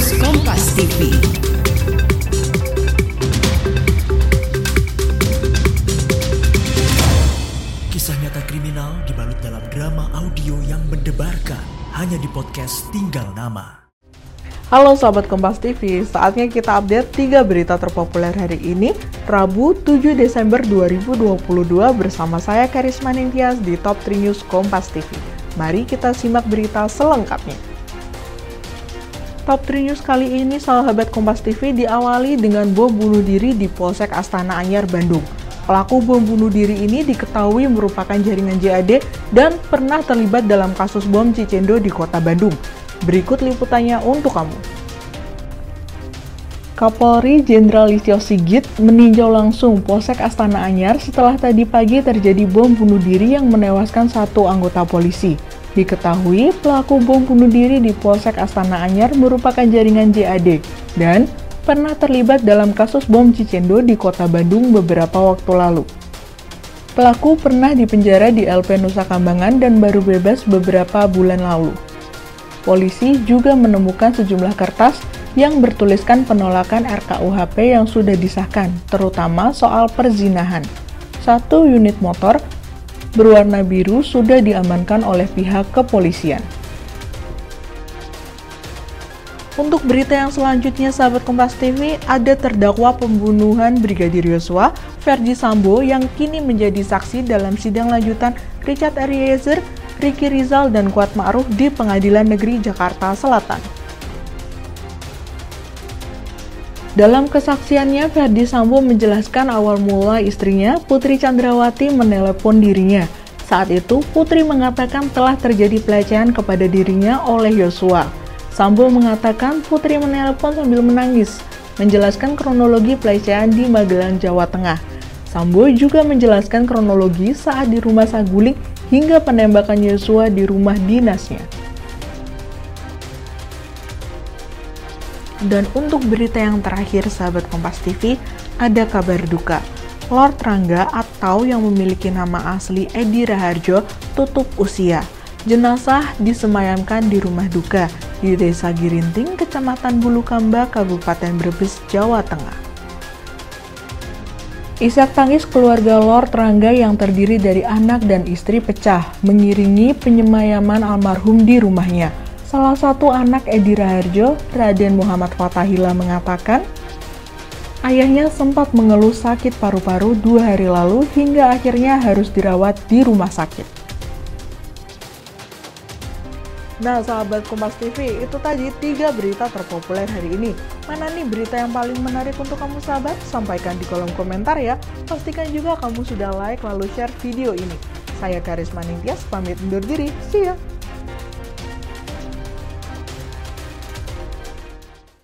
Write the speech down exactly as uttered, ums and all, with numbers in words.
News Kompas T V. Kisah nyata kriminal dibalut dalam drama audio yang mendebarkan hanya di podcast Tinggal Nama. Halo sahabat Kompas T V, saatnya kita update tiga berita terpopuler hari ini, Rabu tujuh Desember dua ribu dua puluh dua bersama saya Karisma Ningtyas di Top tiga News Kompas T V. Mari kita simak berita selengkapnya. Top tiga News kali ini sahabat Kompas T V diawali dengan bom bunuh diri di Polsek Astana Anyar, Bandung. Pelaku bom bunuh diri ini diketahui merupakan jaringan J A D dan pernah terlibat dalam kasus bom Cicendo di kota Bandung. Berikut liputannya untuk kamu. Kapolri Jenderal Listio Sigit meninjau langsung Polsek Astana Anyar setelah tadi pagi terjadi bom bunuh diri yang menewaskan satu anggota polisi. Diketahui pelaku bom bunuh diri di Polsek Astana Anyar merupakan jaringan J A D dan pernah terlibat dalam kasus bom Cicendo di kota Bandung beberapa waktu lalu. Pelaku pernah dipenjara di L P Nusa Kambangan dan baru bebas beberapa bulan lalu. Polisi juga menemukan sejumlah kertas yang bertuliskan penolakan R K U H P yang sudah disahkan, terutama soal perzinahan. Satu unit motor berwarna biru sudah diamankan oleh pihak kepolisian. Untuk berita yang selanjutnya, sahabat Kompas T V, ada terdakwa pembunuhan Brigadir Yosua, Ferdy Sambo, yang kini menjadi saksi dalam sidang lanjutan Richard Eliezer, Ricky Rizal, dan Kuat Ma'ruf di Pengadilan Negeri Jakarta Selatan. Dalam kesaksiannya, Ferdy Sambo menjelaskan awal mula istrinya, Putri Chandrawati, menelepon dirinya. Saat itu, Putri mengatakan telah terjadi pelecehan kepada dirinya oleh Yosua. Sambo mengatakan Putri menelepon sambil menangis, menjelaskan kronologi pelecehan di Magelang, Jawa Tengah. Sambo juga menjelaskan kronologi saat di rumah Saguling hingga penembakan Yosua di rumah dinasnya. Dan untuk berita yang terakhir, sahabat Kompas T V, ada kabar duka. Lord Rangga atau yang memiliki nama asli Edi Raharjo tutup usia. Jenazah disemayamkan di rumah duka di Desa Girinting, Kecamatan Bulukamba, Kabupaten Brebes, Jawa Tengah. Isak tangis keluarga Lord Rangga yang terdiri dari anak dan istri pecah mengiringi penyemayaman almarhum di rumahnya. Salah satu anak Edi Raharjo, Raden Muhammad Fatahila, mengatakan ayahnya sempat mengeluh sakit paru-paru dua hari lalu hingga akhirnya harus dirawat di rumah sakit. Nah, sahabat Kompas T V, itu tadi tiga berita terpopuler hari ini. Mana nih berita yang paling menarik untuk kamu, sahabat? Sampaikan di kolom komentar ya. Pastikan juga kamu sudah like lalu share video ini. Saya Karisma Ningtyas, pamit undur diri. See ya!